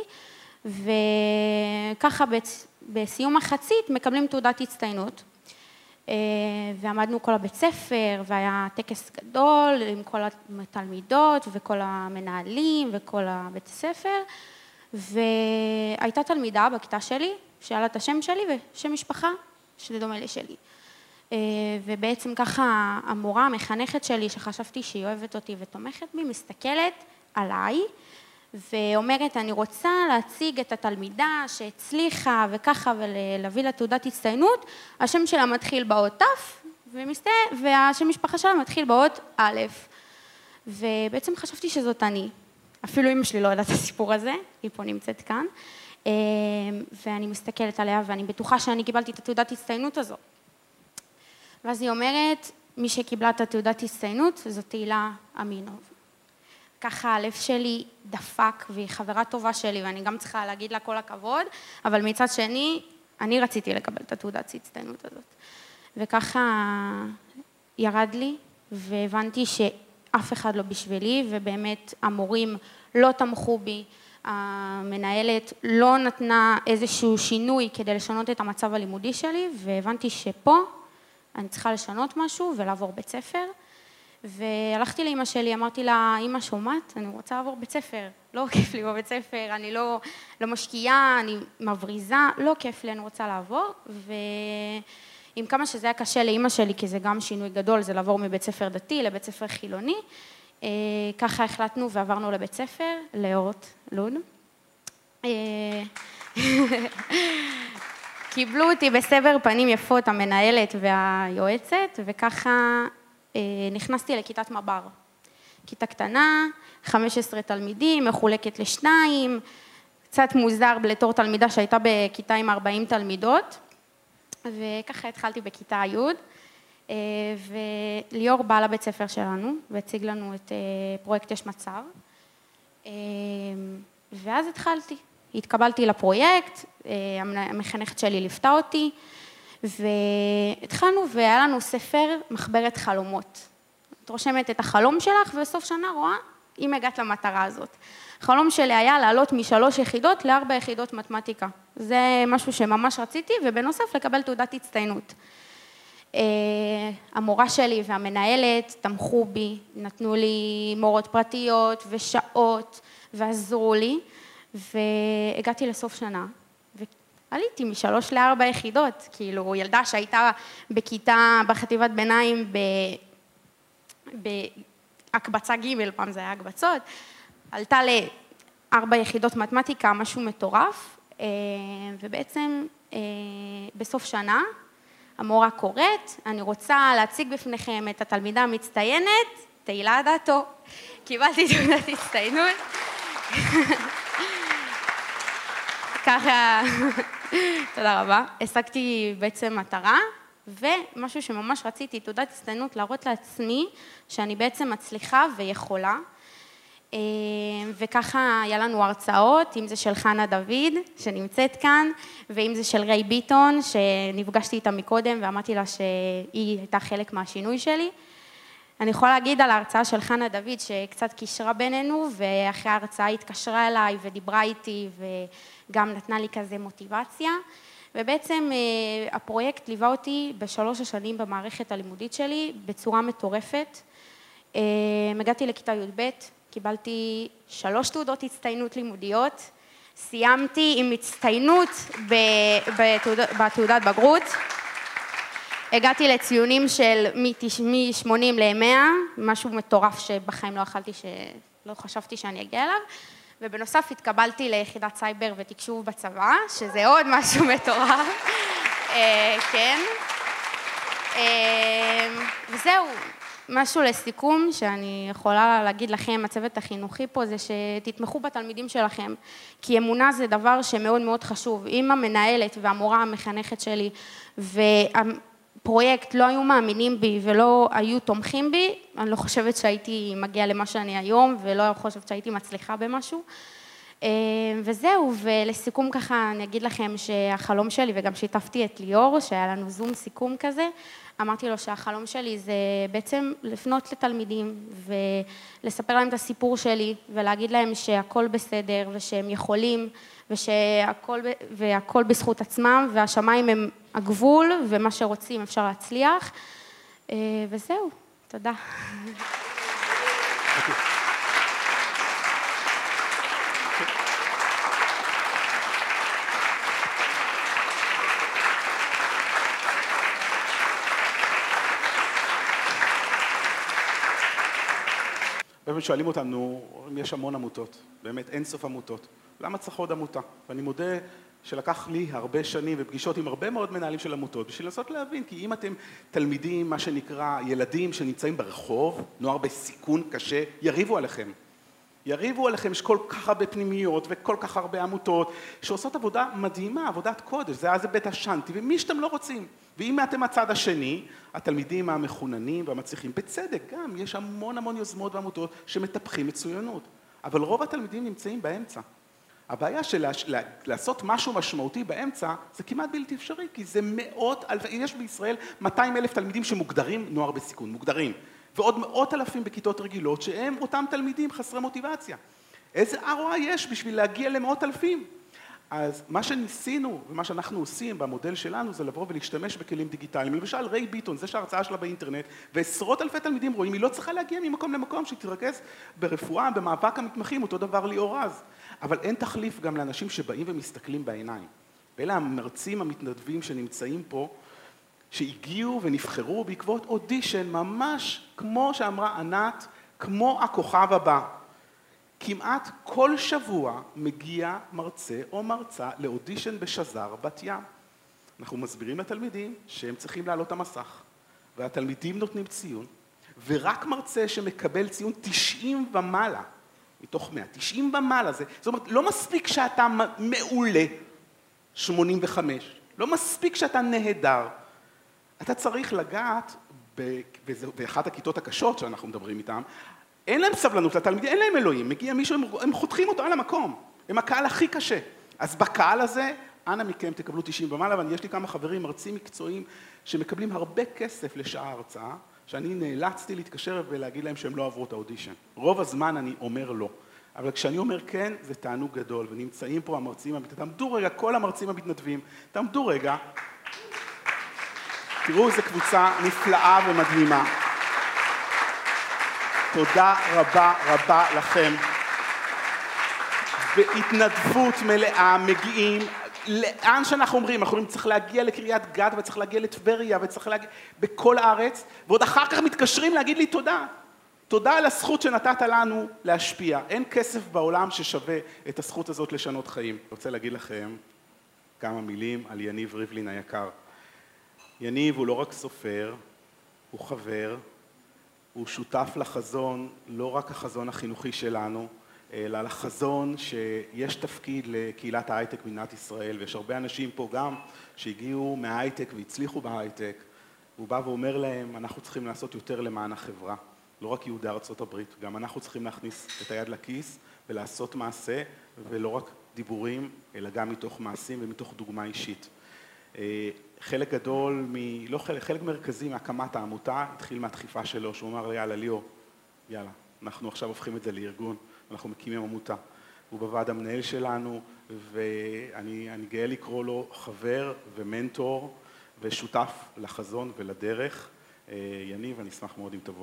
וככה בסיום החצית מקבלים תעודת הצטיינות. ועמדנו כל הבית ספר, והיה טקס גדול עם כל התלמידות וכל המנהלים וכל הבית הספר, והייתה תלמידה בכיתה שלי, שהיה לה את השם שלי ושם משפחה, שזה דומה לשלי. ובעצם ככה המורה המחנכת שלי, שחשבתי שהיא אוהבת אותי ותומכת בי, מסתכלת עליי, ואומרת, אני רוצה להציג את התלמידה שהצליחה וככה ולהביא לה תעודת הצטיינות, השם שלה מתחיל באות ת' והשם משפחה שלה מתחיל באות א'. ובעצם חשבתי שזאת אני. אפילו אמא שלי לא יודעת את הסיפור הזה, היא פה נמצאת כאן. ואני מסתכלת עליה ואני בטוחה שאני קיבלתי את התעודת הצטיינות הזו. ואז היא אומרת, מי שקיבלה את התעודת הצטיינות זאת תהילה אמינוב. ככה הלב שלי דפק, והיא חברה טובה שלי, ואני גם צריכה להגיד לה כל הכבוד, אבל מצד שני, אני רציתי לקבל את התעודת הצטיינות הזאת. וככה ירד לי, והבנתי שאף אחד לא בשבילי, ובאמת המורים לא תמכו בי, המנהלת לא נתנה איזשהו שינוי כדי לשנות את המצב הלימודי שלי, והבנתי שפה אני צריכה לשנות משהו ולעבור בית ספר, והלכתי לאמא שלי, אמרתי לה, אמא שומעת, אני רוצה לעבור בית ספר, לא כיף לי בבית ספר, אני לא משקיעה, אני מבריזה, לא כיף לי, אני רוצה לעבור, ועם כמה שזה היה קשה לאמא שלי, כי זה גם שינוי גדול, זה לעבור מבית ספר דתי לבית ספר חילוני, ככה החלטנו ועברנו לבית ספר, לאורט לוד. קיבלו אותי בסבר פנים יפות, המנהלת והיועצת, וככה נכנסתי לכיתת מב"ר. כיתה קטנה, 15 תלמידים, מחולקת לשניים, קצת מוזר לתור תלמידה שהייתה בכיתה עם 40 תלמידות, וככה התחלתי בכיתה י', וליאור בא לבית ספר שלנו, והציג לנו את פרויקט יש מצב, ואז התקבלתי לפרויקט, המחנכת שלי ליוותה אותי, והתחלנו והיה לנו ספר מחברת חלומות. את רושמת את החלום שלך ובסוף שנה רואה אם הגעת למטרה הזאת. החלום שלי היה לעלות מ3 יחידות ל4 יחידות מתמטיקה. זה משהו שממש רציתי ובנוסף לקבל תעודת הצטיינות. המורה שלי והמנהלת תמכו בי, נתנו לי מורות פרטיות ושעות ועזרו לי, והגעתי לסוף שנה. עליתי מ3 ל4 יחידות, כאילו ילדה שהייתה בכיתה, בחטיבת ביניים, בהקבצה ג', פעם זה היה הקבצות, עלתה ל4 יחידות מתמטיקה, משהו מטורף, ובעצם בסוף שנה, המורה קוראת, אני רוצה להציג בפניכם את התלמידה המצטיינת, תהילה דעתו. קיבלתי תעודת הצטיינות. ככה, תודה רבה. השגתי בעצם מטרה, ומשהו שממש רציתי, תעודת הצטיינות, להראות לעצמי שאני בעצם מצליחה ויכולה. וככה היה לנו הרצאות, אם זה של חנה דוד, שנמצאת כאן, ואם זה של ריי ביטון, שנפגשתי איתה מקודם, ואמרתי לה שהיא הייתה חלק מהשינוי שלי. אני יכולה להגיד על ההרצאה של חנה דוד, שקצת קישרה בינינו, ואחרי ההרצאה היא התקשרה אליי ודיברה איתי, וגם נתנה לי כזה מוטיבציה. ובעצם הפרויקט ליווה אותי ב3 השנים במערכת הלימודית שלי, בצורה מטורפת. הגעתי לכיתה י"ב, קיבלתי 3 תעודות הצטיינות לימודיות, סיימתי עם הצטיינות בתעודת בגרות, הגעתי לציונים של מ-80 ל-100, משהו מטורף שבחיים לא חשבתי שאני אגיע אליו, ובנוסף התקבלתי ליחידת סייבר ותקשוב בצבא, שזה עוד משהו מטורף, כן. וזהו. משהו לסיכום שאני יכולה להגיד לכם, הצוות החינוכי פה, זה שתתמכו בתלמידים שלכם, כי אמונה זה דבר שמאוד מאוד חשוב. אם המנהלת והמורה המחנכת שלי והפרויקט לא היו מאמינים בי ולא היו תומכים בי, אני לא חושבת שהייתי מגיעה למה שאני היום, ולא חושבת שהייתי מצליחה במשהו. וזהו, ולסיכום ככה אני אגיד לכם שהחלום שלי, וגם שיתפתי את ליאור, שהיה לנו זום סיכום כזה, אמרתי לו שהחלום שלי זה בעצם לפנות לתלמידים ולספר להם את הסיפור שלי ולהגיד להם שהכל בסדר ושהם יכולים והכל בזכות עצמם והשמיים הם הגבול ומה שרוצים אפשר להצליח וזהו, תודה. באמת שואלים אותנו, יש המון עמותות, באמת אין סוף עמותות. למה צריך עוד עמותה? ואני מודה שלקח לי הרבה שנים ופגישות עם הרבה מאוד מנהלים של עמותות, בשביל לנסות להבין, כי אם אתם תלמידים, מה שנקרא, ילדים שנמצאים ברחוב, נוער בסיכון קשה, יריבו עליכם. יריבו עליכם, יש כל כך הרבה פנימיות וכל כך הרבה עמותות, שעושות עבודה מדהימה, עבודת קודש, זה היה בית השנתי, ומי שאתם לא רוצים. ואם אתם הצד השני, התלמידים המחוננים והמצליחים, בצדק גם, יש המון יוזמות ועמותות שמטפחים מצוינות. אבל רוב התלמידים נמצאים באמצע. הבעיה של לעשות משהו משמעותי באמצע, זה כמעט בלתי אפשרי, כי זה מאות אלפי, יש בישראל 200,000 תלמידים שמוגדרים נוער בסיכון, מוגדרים. ועוד 100,000 בכיתות רגילות, שהם אותם תלמידים חסרי מוטיבציה. איזה ROI יש בשביל להגיע ל100,000? אז מה שניסינו ומה שאנחנו עושים במודל שלנו זה לבוא ולהשתמש בכלים דיגיטליים. למשל ריי ביטון, זה שההרצאה שלה באינטרנט, ועשרות אלפי תלמידים רואים, היא לא צריכה להגיע ממקום למקום, שהיא תתרכז ברפואה, במאבק המתמחים, אותו דבר ליאור רז. אבל אין תחליף גם לאנשים שבאים ומסתכלים בעיניים. ואלה המרצים המתנדבים שנמצאים פה, שהגיעו ונבחרו בעקבות אודישן, ממש כמו שאמרה ענת, כמו הכוכב הבא. כמעט כל שבוע מגיע מרצה או מרצה לאודישן בשזר בת ים. אנחנו מסבירים לתלמידים שהם צריכים לעלות את המסך, והתלמידים נותנים ציון, ורק מרצה שמקבל ציון 90 ומעלה, מתוך 100, 90 ומעלה, זאת אומרת, לא מספיק שאתה מעולה, 85, לא מספיק שאתה נהדר, אתה צריך לגעת, באחת הכיתות הקשות שאנחנו מדברים איתם, אין להם סבלנות לתלמידים, אין להם אלוהים, מגיע מישהו, הם חותכים אותו על המקום, הם הקהל הכי קשה. אז בקהל הזה, אנא מכם תקבלו 90 ומעלה, ויש לי כמה חברים, מרצים מקצועיים, שמקבלים הרבה כסף לשעה הרצאה, שאני נאלצתי להתקשר ולהגיד להם שהם לא עברו את האודישן. רוב הזמן אני אומר לא. אבל כשאני אומר כן, זה תענוג גדול, ונמצאים פה המרצים המתנדבים. תעמדו רגע, כל המרצים המתנדבים, תעמדו רגע. תראו, זו קבוצה נפלאה ומדהימה. תודה רבה רבה לכם. בהתנדבות מלאה מגיעים, לאן שאנחנו אומרים, אנחנו אומרים, צריך להגיע לקריית גת, וצריך להגיע לטבריה, וצריך להגיע בכל הארץ, ועוד אחר כך מתקשרים להגיד לי תודה. תודה על הזכות שנתת לנו להשפיע. אין כסף בעולם ששווה את הזכות הזאת לשנות חיים. אני רוצה להגיד לכם כמה מילים על יניב ריבלין היקר. יניב הוא לא רק סופר, הוא חבר, הוא שותף לחזון, לא רק החזון החינוכי שלנו, אלא לחזון שיש תפקיד לקהילת ההייטק במדינת ישראל, ויש הרבה אנשים פה גם שהגיעו מההייטק והצליחו בהייטק. הוא בא ואומר להם, אנחנו צריכים לעשות יותר למען החברה. לא רק יהודי ארצות הברית, גם אנחנו צריכים להכניס את היד לכיס ולעשות מעשה, ולא רק דיבורים, אלא גם מתוך מעשים ומתוך דוגמה אישית. חלק גדול, חלק מרכזי מהקמת העמותה התחיל מהדחיפה שלו, שהוא אמר לי, יאללה ליאור, יאללה, אנחנו עכשיו הופכים את זה לארגון, אנחנו מקימים עמותה. הוא בוועד המנהל שלנו, ואני גאה לקרוא לו חבר ומנטור ושותף לחזון ולדרך. יניב, אני אשמח מאוד אם תבוא.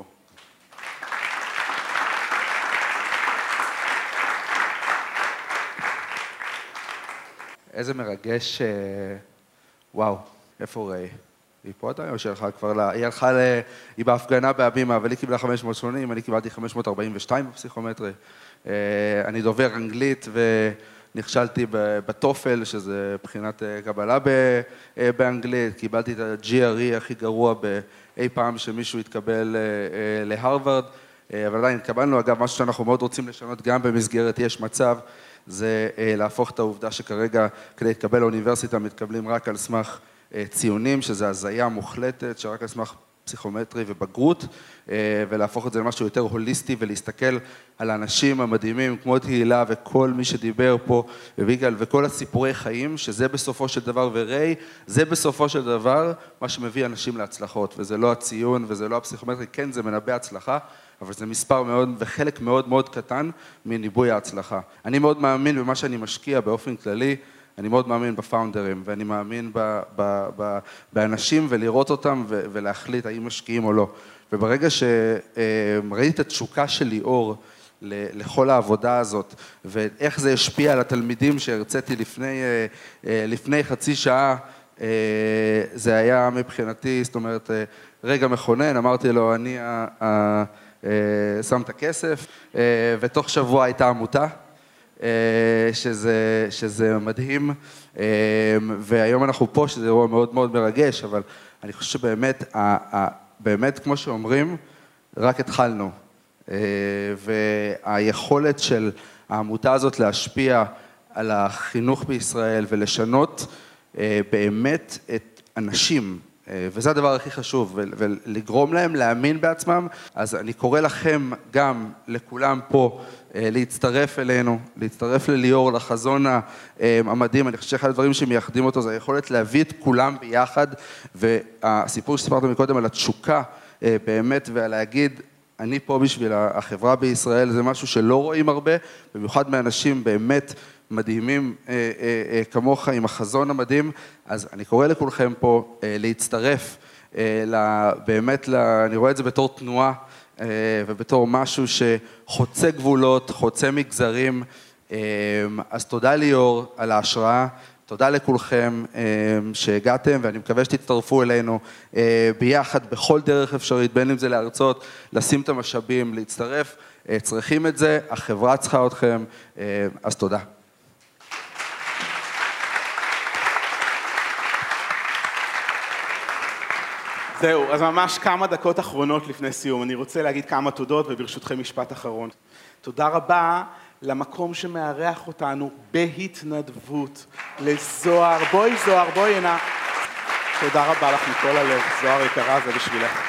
איזה מרגש, וואו, איפה ריי? היא פה עדיין או שהלכה כבר היא הלכה, היא בהפגנה בהבימה, אבל היא קיבלה 580, אני קיבלתי 542 בפסיכומטרי. אני דובר אנגלית ונכשלתי בטופל, שזה בחינת קבלה באנגלית, קיבלתי את ה-GRE הכי גרוע באי פעם שמישהו התקבל להרווארד, אבל עדיין התקבלנו, אגב, משהו שאנחנו מאוד רוצים לשנות גם במסגרת יש מצב, זה להפוך את העובדה שכרגע כדי להתקבל לאוניברסיטה מתקבלים רק על סמך ציונים, שזה הזיה מוחלטת, שרק על סמך פסיכומטרי ובגרות, ולהפוך את זה למשהו יותר הוליסטי ולהסתכל על האנשים המדהימים כמו תהילה וכל מי שדיבר פה וביגל וכל הסיפורי חיים, שזה בסופו של דבר וריי, זה בסופו של דבר מה שמביא אנשים להצלחות, וזה לא הציון וזה לא הפסיכומטרי, כן זה מנבא הצלחה, אבל זה מספר מאוד וחלק מאוד מאוד קטן מניבוי ההצלחה. אני מאוד מאמין במה שאני משקיע באופן כללי, אני מאוד מאמין בפאונדרים, ואני מאמין באנשים ולראות אותם ולהחליט האם משקיעים או לא. וברגע שראיתי את התשוקה של ליאור לכל העבודה הזאת, ואיך זה השפיע על התלמידים שהרציתי לפני חצי שעה, זה היה מבחינתי, זאת אומרת, רגע מכונן, אמרתי לו, אני שם את הכסף, ותוך שבוע הייתה עמותה, שזה מדהים, והיום אנחנו פה, שזה אירוע מאוד מאוד מרגש, אבל אני חושב שבאמת, באמת כמו שאומרים, רק התחלנו, והיכולת של העמותה הזאת להשפיע על החינוך בישראל ולשנות באמת את אנשים, וזה הדבר הכי חשוב, ולגרום להם להאמין בעצמם. אז אני קורא לכם גם, לכולם פה, להצטרף אלינו, להצטרף לליאור, לחזון המדהים. אני חושב שאחד הדברים שמייחדים אותו זה היכולת להביא את כולם ביחד, והסיפור שסיפרת מקודם על התשוקה באמת, ועל להגיד, אני פה בשביל החברה בישראל, זה משהו שלא רואים הרבה, במיוחד מאנשים באמת מדהימים כמוך עם החזון המדהים, אז אני קורא לכולכם פה להצטרף, באמת, אני רואה את זה בתור תנועה, ובתור משהו שחוצה גבולות, חוצה מגזרים, אז תודה ליאור על ההשראה, תודה לכולכם שהגעתם, ואני מקווה שתצטרפו אלינו ביחד בכל דרך אפשרית, בין אם זה להרצות, לשים את המשאבים, להצטרף, צריכים את זה, החברה צריכה אתכם, אז תודה. זהו, אז ממש כמה דקות אחרונות לפני סיום. אני רוצה להגיד כמה תודות, וברשותכם משפט אחרון. תודה רבה למקום שמארח אותנו בהתנדבות, לזוהר. בואי זוהר, בואי הנה. תודה רבה לך מכל הלב, זוהר יקרה, זה בשבילך.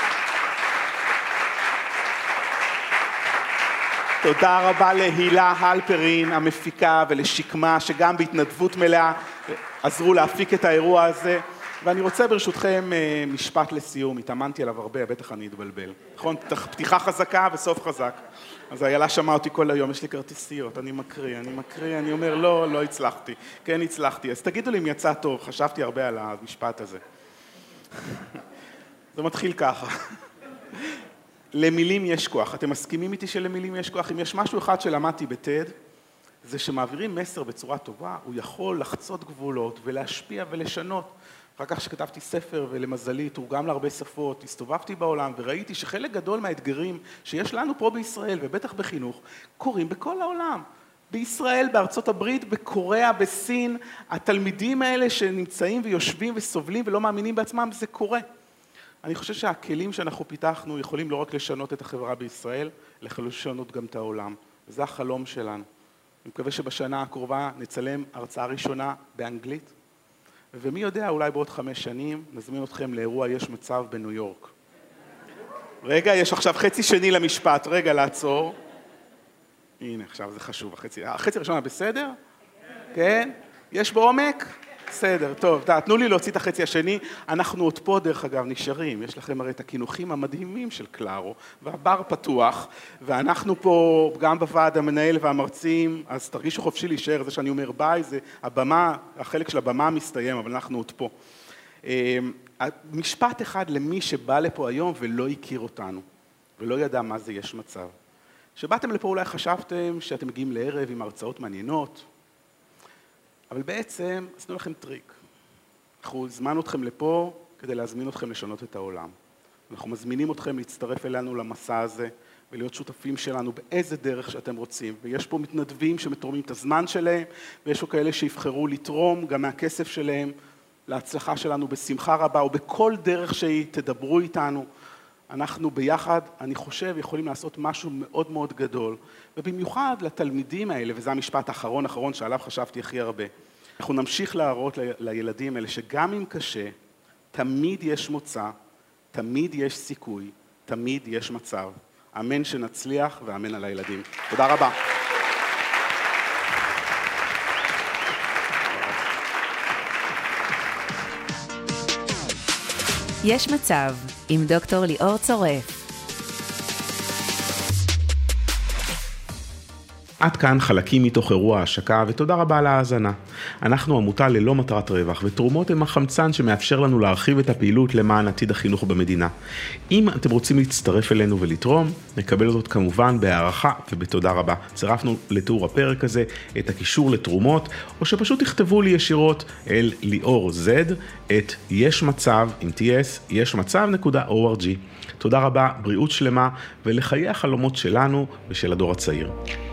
תודה רבה להילה הלפרין, המפיקה, ולשקמה, שגם בהתנדבות מלאה עזרו להפיק את האירוע הזה. ואני רוצה ברשותכם משפט לסיום, התאמנתי עליו הרבה, בטח אני אתבלבל. נכון? פתיחה חזקה וסוף חזק. אז איילה שמע אותי כל היום, יש לי כרטיסיות, אני מקריא, אני אומר, לא הצלחתי. כן הצלחתי. אז תגידו לי אם יצא טוב, חשבתי הרבה על המשפט הזה. זה מתחיל ככה. למילים יש כוח. אתם מסכימים איתי שלמילים יש כוח? אם יש משהו אחד שלמדתי בטד, זה שמעבירים מסר בצורה טובה, הוא יכול לחצות גבולות ולהשפיע ולשנות. אחר כך שכתבתי ספר ולמזלי תורגם להרבה שפות, הסתובבתי בעולם וראיתי שחלק גדול מהאתגרים שיש לנו פה בישראל ובטח בחינוך, קורים בכל העולם. בישראל, בארצות הברית, בקוריאה, בסין, התלמידים האלה שנמצאים ויושבים וסובלים ולא מאמינים בעצמם, זה קורה. אני חושב שהכלים שאנחנו פיתחנו יכולים לא רק לשנות את החברה בישראל, אלא לשנות גם את העולם. וזה החלום שלנו. אני מקווה שבשנה הקרובה נצלם הרצאה ראשונה באנגלית, ומי יודע, אולי בעוד 5 שנים נזמין אתכם לאירוע יש מצב בניו יורק. רגע, יש עכשיו חצי שני למשפט, רגע, לעצור. הנה, עכשיו זה חשוב, החצי הראשונה בסדר? כן? יש בעומק? בסדר, טוב, תנו לי להוציא את החצי השני, אנחנו עוד פה דרך אגב נשארים, יש לכם הרי את הכינוחים המדהימים של קלארו, והבר פתוח, ואנחנו פה גם בוועד המנהל והמרצים, אז תרגישו חופשי להישאר, זה שאני אומר ביי, זה הבמה, החלק של הבמה מסתיים, אבל אנחנו עוד פה. משפט אחד למי שבא לפה היום ולא הכיר אותנו, ולא ידע מה זה יש מצב. שבאתם לפה אולי חשבתם שאתם מגיעים לערב עם הרצאות מעניינות, אבל בעצם עשינו לכם טריק. אנחנו הזמנו אתכם לפה כדי להזמין אתכם לשנות את העולם. אנחנו מזמינים אתכם להצטרף אלינו למסע הזה ולהיות שותפים שלנו באיזה דרך שאתם רוצים. ויש פה מתנדבים שמתורמים את הזמן שלהם, ויש פה כאלה שיבחרו לתרום גם מהכסף שלהם להצלחה שלנו בשמחה רבה, או בכל דרך שהיא תדברו איתנו. אנחנו ביחד, אני חושב, יכולים לעשות משהו מאוד מאוד גדול, ובמיוחד לתלמידים האלה, וזה המשפט האחרון שעליו חשבתי הכי הרבה. אנחנו נמשיך להראות לילדים האלה שגם אם קשה, תמיד יש מוצא, תמיד יש סיכוי, תמיד יש מצב. אמן שנצליח ואמן על הילדים. תודה רבה. יש מצב עם דוקטור ליאור צורף. עד כאן חלקים מתוך אירוע ההשקה, ותודה רבה על ההאזנה. אנחנו עמותה ללא מטרת רווח, ותרומות הם החמצן שמאפשר לנו להרחיב את הפעילות למען עתיד החינוך במדינה. אם אתם רוצים להצטרף אלינו ולתרום, נקבל זאת כמובן בהערכה ובתודה רבה. צירפנו לתיאור הפרק הזה את הקישור לתרומות, או שפשוט תכתבו לי ישירות אל ליאור Z, את יש מצב, עם TS, ישמצב.org. תודה רבה, בריאות שלמה, ולחיי החלומות שלנו ושל הדור הצעיר.